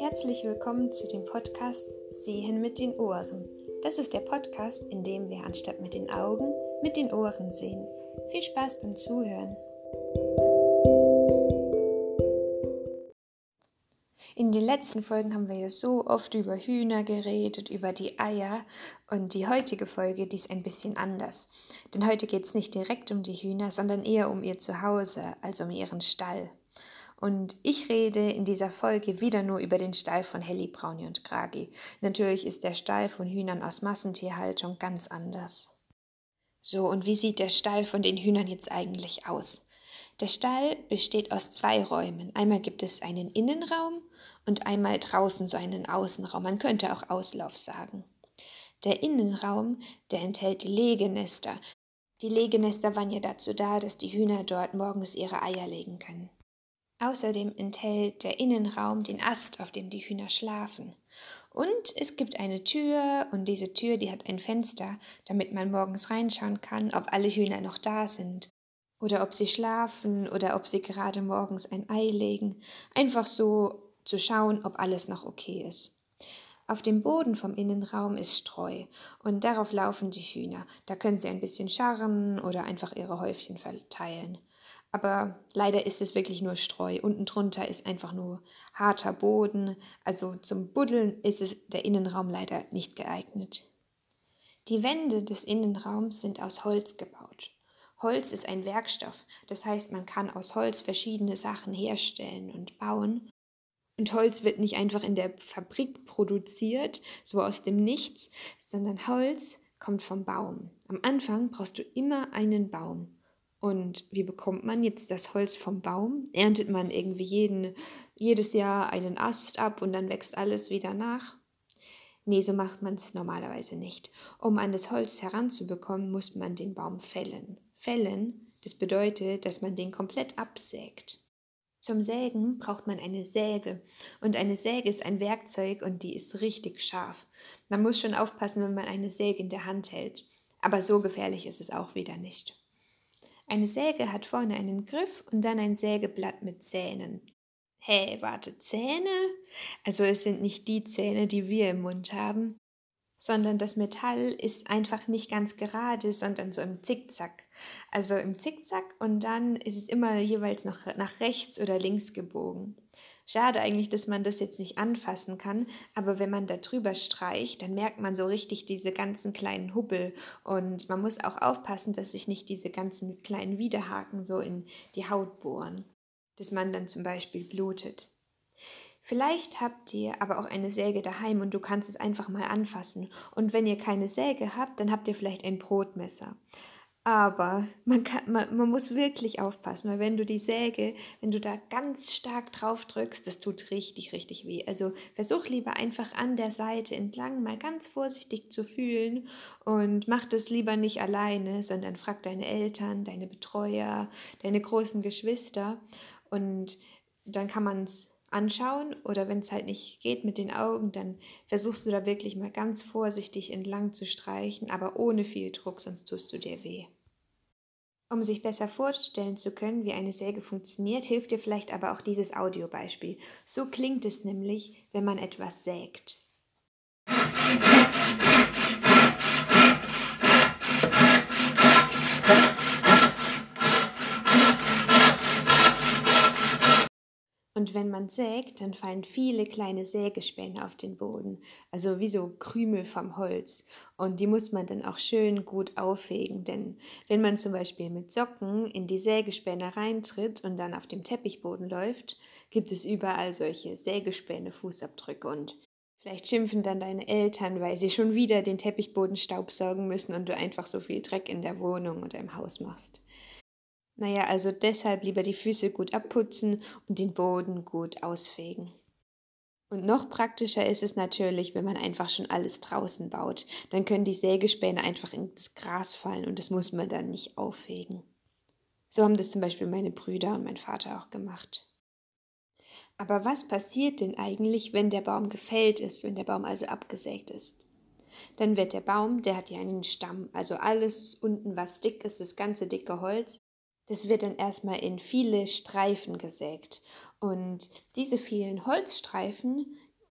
Herzlich willkommen zu dem Podcast Sehen mit den Ohren. Das ist der Podcast, in dem wir anstatt mit den Augen mit den Ohren sehen. Viel Spaß beim Zuhören. In den letzten Folgen haben wir ja so oft über Hühner geredet, über die Eier, und die heutige Folge, die ist ein bisschen anders. Denn heute geht es nicht direkt um die Hühner, sondern eher um ihr Zuhause, also um ihren Stall. Und ich rede in dieser Folge wieder nur über den Stall von Helly, Brownie und Gragi. Natürlich ist der Stall von Hühnern aus Massentierhaltung ganz anders. So, und wie sieht der Stall von den Hühnern jetzt eigentlich aus? Der Stall besteht aus 2 Räumen. Einmal gibt es einen Innenraum und einmal draußen so einen Außenraum. Man könnte auch Auslauf sagen. Der Innenraum, der enthält die Legenester. Die Legenester waren ja dazu da, dass die Hühner dort morgens ihre Eier legen können. Außerdem enthält der Innenraum den Ast, auf dem die Hühner schlafen. Und es gibt eine Tür, und diese Tür, die hat ein Fenster, damit man morgens reinschauen kann, ob alle Hühner noch da sind. Oder ob sie schlafen oder ob sie gerade morgens ein Ei legen. Einfach so zu schauen, ob alles noch okay ist. Auf dem Boden vom Innenraum ist Streu und darauf laufen die Hühner. Da können sie ein bisschen scharren oder einfach ihre Häufchen verteilen. Aber leider ist es wirklich nur Streu. Unten drunter ist einfach nur harter Boden. Also zum Buddeln ist der Innenraum leider nicht geeignet. Die Wände des Innenraums sind aus Holz gebaut. Holz ist ein Werkstoff, das heißt, man kann aus Holz verschiedene Sachen herstellen und bauen. Und Holz wird nicht einfach in der Fabrik produziert, so aus dem Nichts, sondern Holz kommt vom Baum. Am Anfang brauchst du immer einen Baum. Und wie bekommt man jetzt das Holz vom Baum? Erntet man irgendwie jedes Jahr einen Ast ab und dann wächst alles wieder nach? Nee, so macht man es normalerweise nicht. Um an das Holz heranzubekommen, muss man den Baum fällen. Fällen, das bedeutet, dass man den komplett absägt. Zum Sägen braucht man eine Säge, und eine Säge ist ein Werkzeug und die ist richtig scharf. Man muss schon aufpassen, wenn man eine Säge in der Hand hält, aber so gefährlich ist es auch wieder nicht. Eine Säge hat vorne einen Griff und dann ein Sägeblatt mit Zähnen. Hä, warte, Zähne? Also es sind nicht die Zähne, die wir im Mund haben, sondern das Metall ist einfach nicht ganz gerade, sondern so im Zickzack. Also im Zickzack, und dann ist es immer jeweils noch nach rechts oder links gebogen. Schade eigentlich, dass man das jetzt nicht anfassen kann, aber wenn man da drüber streicht, dann merkt man so richtig diese ganzen kleinen Hubbel, und man muss auch aufpassen, dass sich nicht diese ganzen kleinen Widerhaken so in die Haut bohren, dass man dann zum Beispiel blutet. Vielleicht habt ihr aber auch eine Säge daheim und du kannst es einfach mal anfassen. Und wenn ihr keine Säge habt, dann habt ihr vielleicht ein Brotmesser. Aber man muss wirklich aufpassen, weil wenn du da ganz stark drauf drückst, das tut richtig, richtig weh. Also versuch lieber einfach an der Seite entlang mal ganz vorsichtig zu fühlen und mach das lieber nicht alleine, sondern frag deine Eltern, deine Betreuer, deine großen Geschwister, und dann kann man es anschauen, oder wenn es halt nicht geht mit den Augen, dann versuchst du da wirklich mal ganz vorsichtig entlang zu streichen, aber ohne viel Druck, sonst tust du dir weh. Um sich besser vorstellen zu können, wie eine Säge funktioniert, hilft dir vielleicht aber auch dieses Audiobeispiel. So klingt es nämlich, wenn man etwas sägt. Und wenn man sägt, dann fallen viele kleine Sägespäne auf den Boden, also wie so Krümel vom Holz. Und die muss man dann auch schön gut auffegen, denn wenn man zum Beispiel mit Socken in die Sägespäne reintritt und dann auf dem Teppichboden läuft, gibt es überall solche Sägespäne-Fußabdrücke, und vielleicht schimpfen dann deine Eltern, weil sie schon wieder den Teppichboden staubsaugen müssen und du einfach so viel Dreck in der Wohnung oder im Haus machst. Naja, also deshalb lieber die Füße gut abputzen und den Boden gut ausfegen. Und noch praktischer ist es natürlich, wenn man einfach schon alles draußen baut. Dann können die Sägespäne einfach ins Gras fallen und das muss man dann nicht auffegen. So haben das zum Beispiel meine Brüder und mein Vater auch gemacht. Aber was passiert denn eigentlich, wenn der Baum gefällt ist, wenn der Baum also abgesägt ist? Dann wird der Baum, der hat ja einen Stamm, also alles unten, was dick ist, das ganze dicke Holz, das wird dann erstmal in viele Streifen gesägt. Und diese vielen Holzstreifen,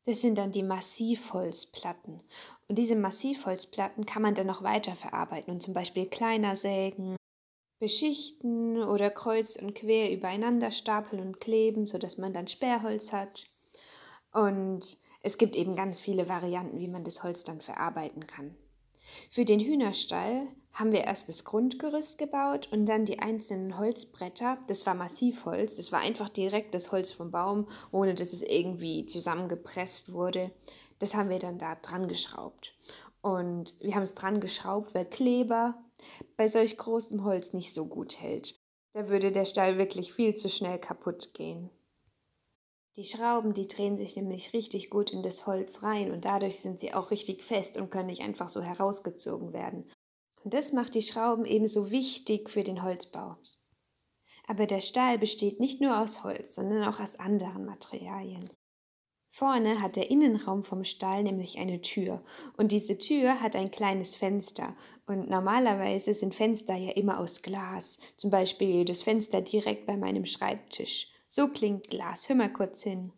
Das sind dann die Massivholzplatten. Und diese Massivholzplatten kann man dann noch weiter verarbeiten und zum Beispiel kleiner sägen, beschichten oder kreuz und quer übereinander stapeln und kleben, sodass man dann Sperrholz hat. Und es gibt eben ganz viele Varianten, wie man das Holz dann verarbeiten kann. Für den Hühnerstall haben wir erst das Grundgerüst gebaut und dann die einzelnen Holzbretter. Das war Massivholz, das war einfach direkt das Holz vom Baum, ohne dass es irgendwie zusammengepresst wurde. Das haben wir dann da dran geschraubt. Und wir haben es dran geschraubt, weil Kleber bei solch großem Holz nicht so gut hält. Da würde der Stall wirklich viel zu schnell kaputt gehen. Die Schrauben, die drehen sich nämlich richtig gut in das Holz rein und dadurch sind sie auch richtig fest und können nicht einfach so herausgezogen werden. Und das macht die Schrauben ebenso wichtig für den Holzbau. Aber der Stall besteht nicht nur aus Holz, sondern auch aus anderen Materialien. Vorne hat der Innenraum vom Stall nämlich eine Tür und diese Tür hat ein kleines Fenster und normalerweise sind Fenster ja immer aus Glas, zum Beispiel das Fenster direkt bei meinem Schreibtisch. So klingt Glas. Hör mal kurz hin.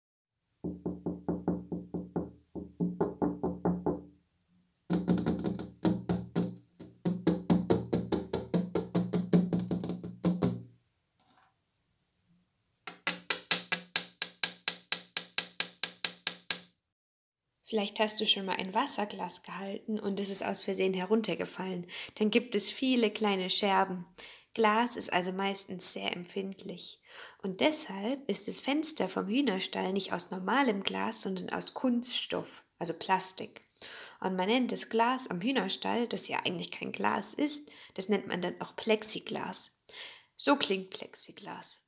Vielleicht hast du schon mal ein Wasserglas gehalten und es ist aus Versehen heruntergefallen. Dann gibt es viele kleine Scherben. Glas ist also meistens sehr empfindlich. Und deshalb ist das Fenster vom Hühnerstall nicht aus normalem Glas, sondern aus Kunststoff, also Plastik. Und man nennt das Glas am Hühnerstall, das ja eigentlich kein Glas ist, das nennt man dann auch Plexiglas. So klingt Plexiglas.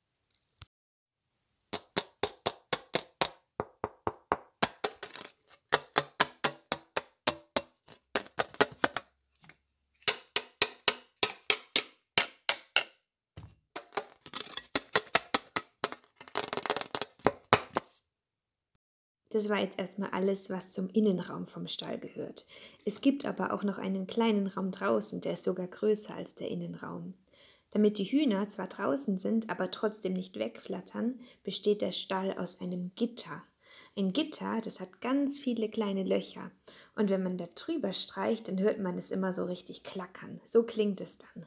Das war jetzt erstmal alles, was zum Innenraum vom Stall gehört. Es gibt aber auch noch einen kleinen Raum draußen, der ist sogar größer als der Innenraum. Damit die Hühner zwar draußen sind, aber trotzdem nicht wegflattern, besteht der Stall aus einem Gitter. Ein Gitter, das hat ganz viele kleine Löcher. Und wenn man da drüber streicht, dann hört man es immer so richtig klackern. So klingt es dann.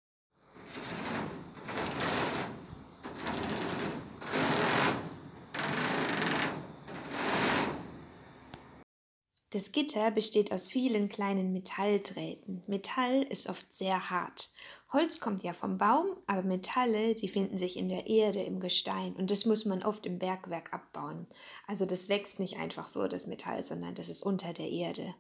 Das Gitter besteht aus vielen kleinen Metalldrähten. Metall ist oft sehr hart. Holz kommt ja vom Baum, aber Metalle, die finden sich in der Erde, im Gestein und das muss man oft im Bergwerk abbauen. Also das wächst nicht einfach so, das Metall, sondern das ist unter der Erde.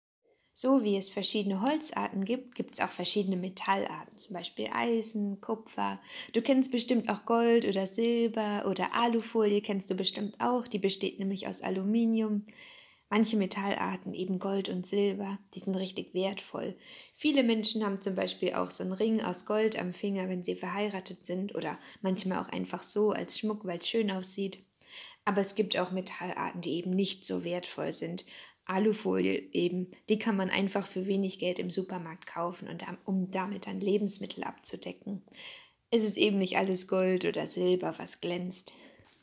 So wie es verschiedene Holzarten gibt, gibt es auch verschiedene Metallarten, zum Beispiel Eisen, Kupfer. Du kennst bestimmt auch Gold oder Silber oder Alufolie kennst du bestimmt auch, die besteht nämlich aus Aluminium. Manche Metallarten, eben Gold und Silber, die sind richtig wertvoll. Viele Menschen haben zum Beispiel auch so einen Ring aus Gold am Finger, wenn sie verheiratet sind oder manchmal auch einfach so als Schmuck, weil es schön aussieht. Aber es gibt auch Metallarten, die eben nicht so wertvoll sind. Alufolie eben, die kann man einfach für wenig Geld im Supermarkt kaufen, um damit dann Lebensmittel abzudecken. Es ist eben nicht alles Gold oder Silber, was glänzt.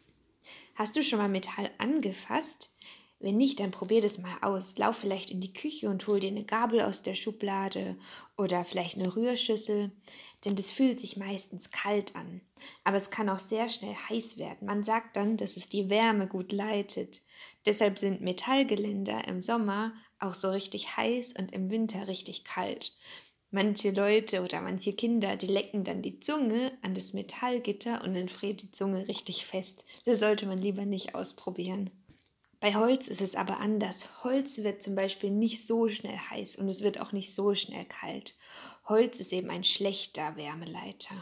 Hast du schon mal Metall angefasst? Wenn nicht, dann probier das mal aus. Lauf vielleicht in die Küche und hol dir eine Gabel aus der Schublade oder vielleicht eine Rührschüssel, denn das fühlt sich meistens kalt an. Aber es kann auch sehr schnell heiß werden. Man sagt dann, dass es die Wärme gut leitet. Deshalb sind Metallgeländer im Sommer auch so richtig heiß und im Winter richtig kalt. Manche Leute oder manche Kinder, die lecken dann die Zunge an das Metallgitter und dann friert die Zunge richtig fest. Das sollte man lieber nicht ausprobieren. Bei Holz ist es aber anders. Holz wird zum Beispiel nicht so schnell heiß und es wird auch nicht so schnell kalt. Holz ist eben ein schlechter Wärmeleiter.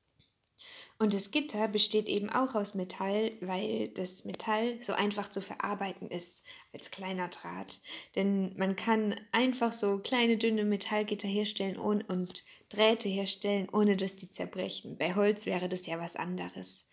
Und das Gitter besteht eben auch aus Metall, weil das Metall so einfach zu verarbeiten ist als kleiner Draht. Denn man kann einfach so kleine, dünne Metallgitter herstellen und Drähte herstellen, ohne dass die zerbrechen. Bei Holz wäre das ja was anderes.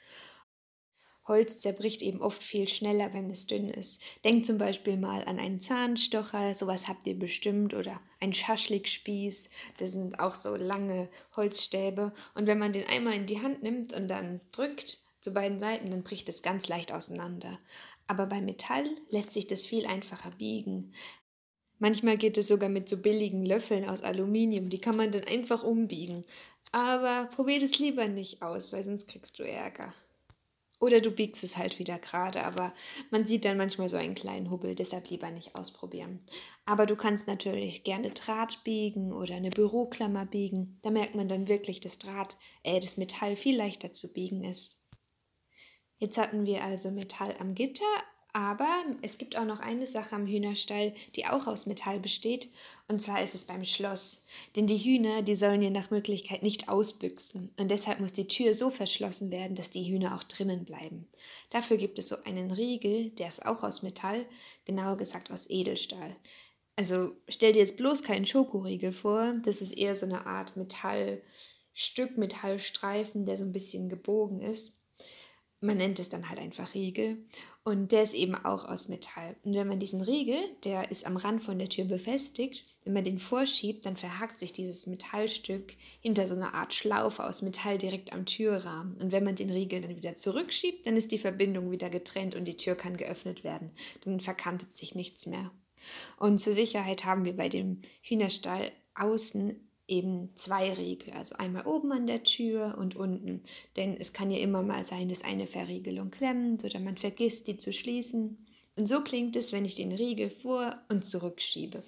Holz zerbricht eben oft viel schneller, wenn es dünn ist. Denkt zum Beispiel mal an einen Zahnstocher, sowas habt ihr bestimmt, oder einen Schaschlikspieß, das sind auch so lange Holzstäbe. Und wenn man den einmal in die Hand nimmt und dann drückt zu beiden Seiten, dann bricht es ganz leicht auseinander. Aber bei Metall lässt sich das viel einfacher biegen. Manchmal geht es sogar mit so billigen Löffeln aus Aluminium, die kann man dann einfach umbiegen. Aber probier das lieber nicht aus, weil sonst kriegst du Ärger. Oder du biegst es halt wieder gerade, aber man sieht dann manchmal so einen kleinen Hubbel, deshalb lieber nicht ausprobieren. Aber du kannst natürlich gerne Draht biegen oder eine Büroklammer biegen. Da merkt man dann wirklich, dass das Metall viel leichter zu biegen ist. Jetzt hatten wir also Metall am Gitter, aber es gibt auch noch eine Sache am Hühnerstall, die auch aus Metall besteht, und zwar ist es beim Schloss. Denn die Hühner, die sollen ja nach Möglichkeit nicht ausbüchsen und deshalb muss die Tür so verschlossen werden, dass die Hühner auch drinnen bleiben. Dafür gibt es so einen Riegel, der ist auch aus Metall, genauer gesagt aus Edelstahl. Also stell dir jetzt bloß keinen Schokoriegel vor, das ist eher so eine Art Metallstück, Metallstreifen, der so ein bisschen gebogen ist. Man nennt es dann halt einfach Riegel und der ist eben auch aus Metall. Und wenn man diesen Riegel, der ist am Rand von der Tür befestigt, wenn man den vorschiebt, dann verhakt sich dieses Metallstück hinter so einer Art Schlaufe aus Metall direkt am Türrahmen. Und wenn man den Riegel dann wieder zurückschiebt, dann ist die Verbindung wieder getrennt und die Tür kann geöffnet werden. Dann verkantet sich nichts mehr. Und zur Sicherheit haben wir bei dem Hühnerstall außen eben 2 Riegel, also einmal oben an der Tür und unten. Denn es kann ja immer mal sein, dass eine Verriegelung klemmt oder man vergisst, die zu schließen. Und so klingt es, wenn ich den Riegel vor- und zurückschiebe.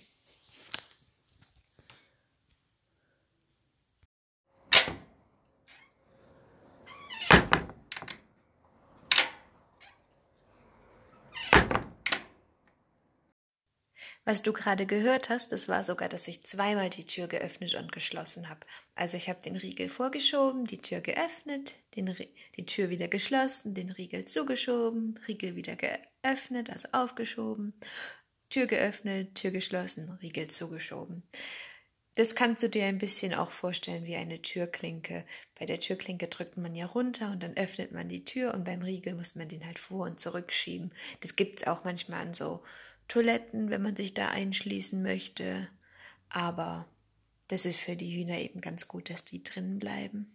Was du gerade gehört hast, das war sogar, dass ich zweimal die Tür geöffnet und geschlossen habe. Also ich habe den Riegel vorgeschoben, die Tür geöffnet, die Tür wieder geschlossen, den Riegel zugeschoben, Riegel wieder geöffnet, also aufgeschoben, Tür geöffnet, Tür geschlossen, Riegel zugeschoben. Das kannst du dir ein bisschen auch vorstellen wie eine Türklinke. Bei der Türklinke drückt man ja runter und dann öffnet man die Tür und beim Riegel muss man den halt vor- und zurückschieben. Das gibt es auch manchmal an so Toiletten, wenn man sich da einschließen möchte. Aber das ist für die Hühner eben ganz gut, dass die drinnen bleiben.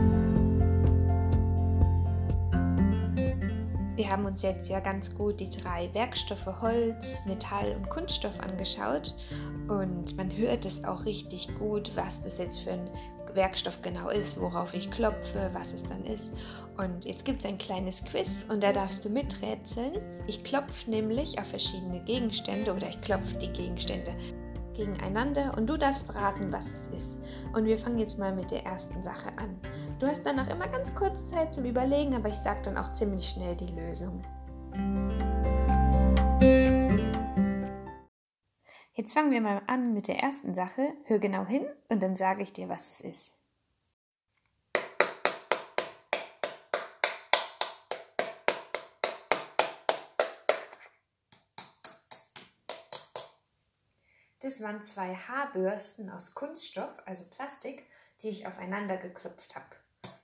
Wir haben uns jetzt ja ganz gut die 3 Werkstoffe Holz, Metall und Kunststoff angeschaut und man hört es auch richtig gut, was das jetzt für ein Werkstoff genau ist, worauf ich klopfe, was es dann ist. Und jetzt gibt es ein kleines Quiz und da darfst du miträtseln. Ich klopfe nämlich auf verschiedene Gegenstände oder ich klopfe die Gegenstände gegeneinander und du darfst raten, was es ist. Und wir fangen jetzt mal mit der ersten Sache an. Du hast danach immer ganz kurz Zeit zum Überlegen, aber ich sage dann auch ziemlich schnell die Lösung. Jetzt fangen wir mal an mit der ersten Sache. Hör genau hin und dann sage ich dir, was es ist. Das waren 2 Haarbürsten aus Kunststoff, also Plastik, die ich aufeinander geklopft habe.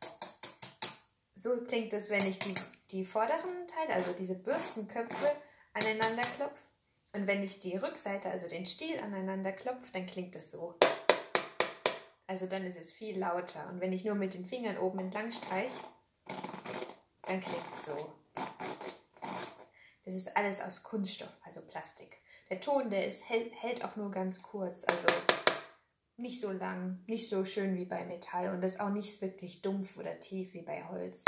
So klingt es, wenn ich die vorderen Teile, also diese Bürstenköpfe, aneinander klopfe. Und wenn ich die Rückseite, also den Stiel, aneinander klopfe, dann klingt es so. Also dann ist es viel lauter. Und wenn ich nur mit den Fingern oben entlang streiche, dann klingt es so. Das ist alles aus Kunststoff, also Plastik. Der Ton, hält auch nur ganz kurz, also nicht so lang, nicht so schön wie bei Metall und ist auch nicht wirklich dumpf oder tief wie bei Holz.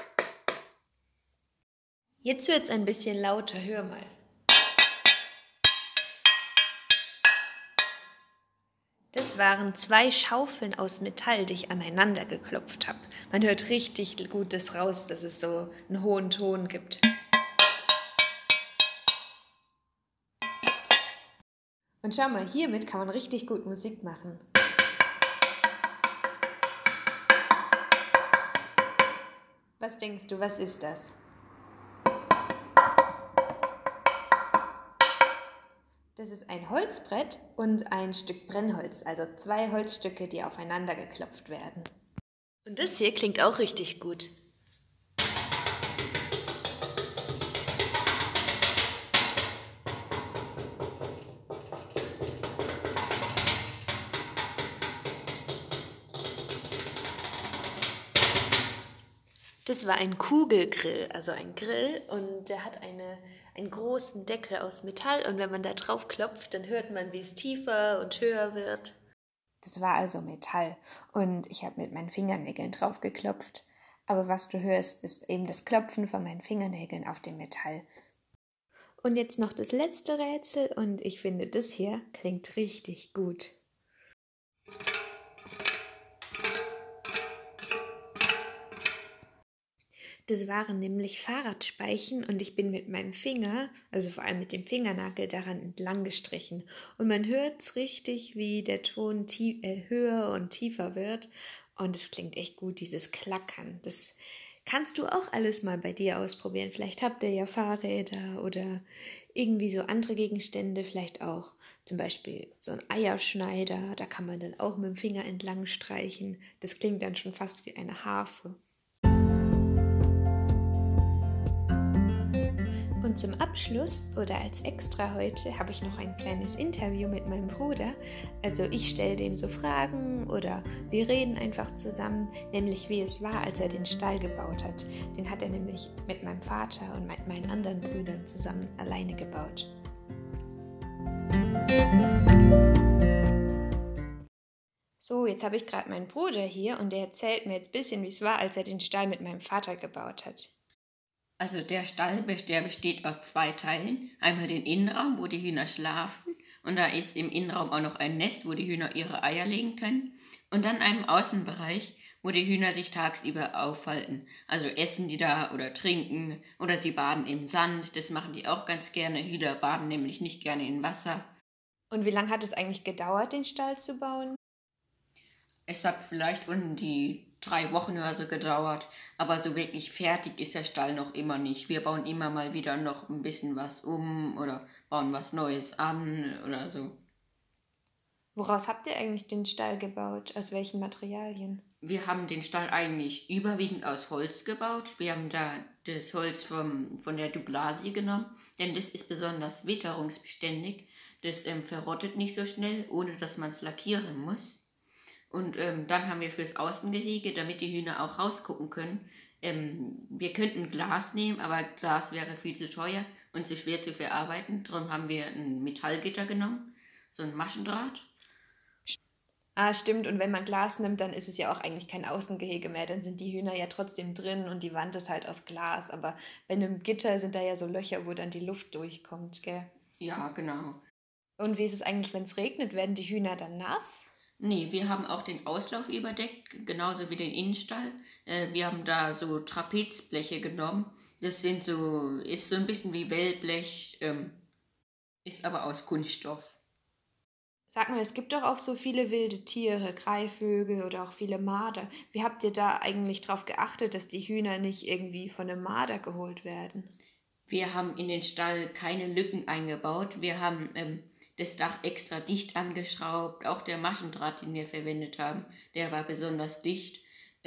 Jetzt wird es ein bisschen lauter, hör mal. Das waren 2 Schaufeln aus Metall, die ich aneinander geklopft habe. Man hört richtig gut das raus, dass es so einen hohen Ton gibt. Und schau mal, hiermit kann man richtig gut Musik machen. Was denkst du, was ist das? Das ist ein Holzbrett und ein Stück Brennholz, also 2 Holzstücke, die aufeinander geklopft werden. Und das hier klingt auch richtig gut. Das war ein Kugelgrill, also ein Grill, und der hat einen großen Deckel aus Metall, und wenn man da drauf klopft, dann hört man, wie es tiefer und höher wird. Das war also Metall, und ich habe mit meinen Fingernägeln drauf geklopft. Aber was du hörst, ist eben das Klopfen von meinen Fingernägeln auf dem Metall. Und jetzt noch das letzte Rätsel, und ich finde, das hier klingt richtig gut. Das waren nämlich Fahrradspeichen, und ich bin mit meinem Finger, also vor allem mit dem Fingernagel, daran entlang gestrichen. Und man hört's richtig, wie der Ton höher und tiefer wird. Und es klingt echt gut, dieses Klackern. Das kannst du auch alles mal bei dir ausprobieren. Vielleicht habt ihr ja Fahrräder oder irgendwie so andere Gegenstände, vielleicht auch zum Beispiel so ein Eierschneider. Da kann man dann auch mit dem Finger entlang streichen. Das klingt dann schon fast wie eine Harfe. Und zum Abschluss oder als Extra heute habe ich noch ein kleines Interview mit meinem Bruder. Also ich stelle dem so Fragen oder wir reden einfach zusammen, nämlich wie es war, als er den Stall gebaut hat. Den hat er nämlich mit meinem Vater und mit meinen anderen Brüdern zusammen alleine gebaut. So, jetzt habe ich gerade meinen Bruder hier, und der erzählt mir jetzt ein bisschen, wie es war, als er den Stall mit meinem Vater gebaut hat. Also der Stall, der besteht aus 2 Teilen. Einmal den Innenraum, wo die Hühner schlafen. Und da ist im Innenraum auch noch ein Nest, wo die Hühner ihre Eier legen können. Und dann einen Außenbereich, wo die Hühner sich tagsüber aufhalten. Also essen die da oder trinken oder sie baden im Sand. Das machen die auch ganz gerne. Hühner baden nämlich nicht gerne in Wasser. Und wie lange hat es eigentlich gedauert, den Stall zu bauen? Es hat vielleicht um die 3 Wochen oder so gedauert, aber so wirklich fertig ist der Stall noch immer nicht. Wir bauen immer mal wieder noch ein bisschen was um oder bauen was Neues an oder so. Woraus habt ihr eigentlich den Stall gebaut? Aus welchen Materialien? Wir haben den Stall eigentlich überwiegend aus Holz gebaut. Wir haben da das Holz von der Douglasie genommen, denn das ist besonders witterungsbeständig. Das verrottet nicht so schnell, ohne dass man es lackieren muss. Und dann haben wir fürs Außengehege, damit die Hühner auch rausgucken können, wir könnten Glas nehmen, aber Glas wäre viel zu teuer und zu schwer zu verarbeiten. Darum haben wir ein Metallgitter genommen, so ein Maschendraht. Ah, stimmt. Und wenn man Glas nimmt, dann ist es ja auch eigentlich kein Außengehege mehr. Dann sind die Hühner ja trotzdem drin und die Wand ist halt aus Glas. Aber bei einem Gitter sind da ja so Löcher, wo dann die Luft durchkommt, gell? Ja, genau. Und wie ist es eigentlich, wenn es regnet? Werden die Hühner dann nass? Nee, wir haben auch den Auslauf überdeckt, genauso wie den Innenstall. Wir haben da so Trapezbleche genommen. Ist so ein bisschen wie Wellblech, ist aber aus Kunststoff. Sag mal, es gibt doch auch so viele wilde Tiere, Greifvögel oder auch viele Marder. Wie habt ihr da eigentlich drauf geachtet, dass die Hühner nicht irgendwie von einem Marder geholt werden? Wir haben in den Stall keine Lücken eingebaut. Wir haben das Dach extra dicht angeschraubt. Auch der Maschendraht, den wir verwendet haben, der war besonders dicht.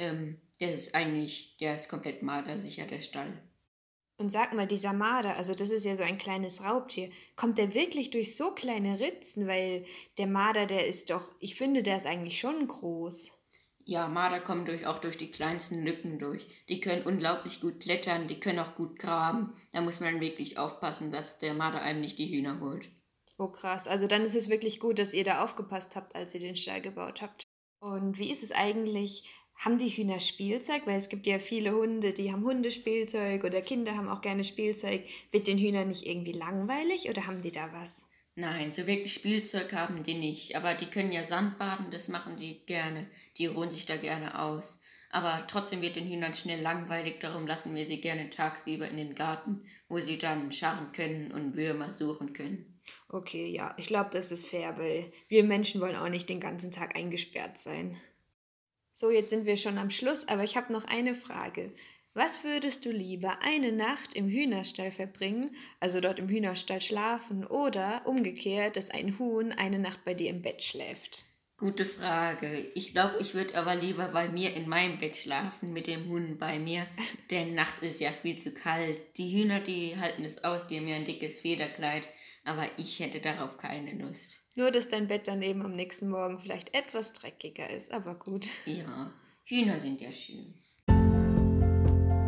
Der ist komplett mardersicher, der Stall. Und sag mal, dieser Marder, also das ist ja so ein kleines Raubtier, kommt der wirklich durch so kleine Ritzen? Weil der Marder, der ist doch, ich finde, der ist eigentlich schon groß. Ja, Marder kommen auch durch die kleinsten Lücken durch. Die können unglaublich gut klettern, die können auch gut graben. Da muss man wirklich aufpassen, dass der Marder einem nicht die Hühner holt. Oh krass, also dann ist es wirklich gut, dass ihr da aufgepasst habt, als ihr den Stall gebaut habt. Und wie ist es eigentlich? Haben die Hühner Spielzeug? Weil es gibt ja viele Hunde, die haben Hundespielzeug oder Kinder haben auch gerne Spielzeug. Wird den Hühnern nicht irgendwie langweilig oder haben die da was? Nein, so wirklich Spielzeug haben die nicht. Aber die können ja Sandbaden, das machen die gerne. Die ruhen sich da gerne aus. Aber trotzdem wird den Hühnern schnell langweilig, darum lassen wir sie gerne tagsüber in den Garten, wo sie dann scharren können und Würmer suchen können. Okay, ja, ich glaube, das ist fair, weil wir Menschen wollen auch nicht den ganzen Tag eingesperrt sein. So, jetzt sind wir schon am Schluss, aber ich habe noch eine Frage. Was würdest du lieber eine Nacht im Hühnerstall verbringen, also dort im Hühnerstall schlafen, oder umgekehrt, dass ein Huhn eine Nacht bei dir im Bett schläft? Gute Frage. Ich glaube, ich würde aber lieber bei mir in meinem Bett schlafen, mit dem Hund bei mir, denn nachts ist ja viel zu kalt. Die Hühner, die halten es aus, die haben ja ein dickes Federkleid, aber ich hätte darauf keine Lust. Nur, dass dein Bett dann eben am nächsten Morgen vielleicht etwas dreckiger ist, aber gut. Ja, Hühner sind ja schön.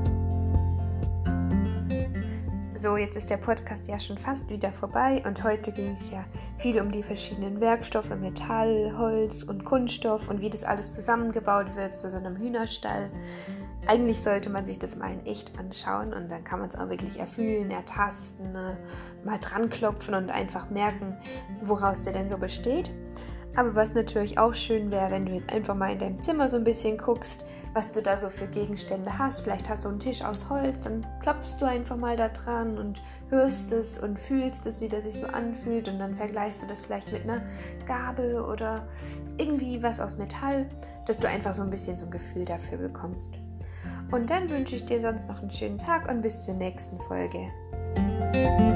So, jetzt ist der Podcast ja schon fast wieder vorbei und heute ging es ja viel um die verschiedenen Werkstoffe, Metall, Holz und Kunststoff und wie das alles zusammengebaut wird zu so einem Hühnerstall. Eigentlich sollte man sich das mal in echt anschauen und dann kann man es auch wirklich erfühlen, ertasten, mal dran klopfen und einfach merken, woraus der denn so besteht. Aber was natürlich auch schön wäre, wenn du jetzt einfach mal in deinem Zimmer so ein bisschen guckst, was du da so für Gegenstände hast. Vielleicht hast du einen Tisch aus Holz, dann klopfst du einfach mal da dran und hörst es und fühlst es, wie das sich so anfühlt und dann vergleichst du das vielleicht mit einer Gabel oder irgendwie was aus Metall, dass du einfach so ein bisschen so ein Gefühl dafür bekommst. Und dann wünsche ich dir sonst noch einen schönen Tag und bis zur nächsten Folge.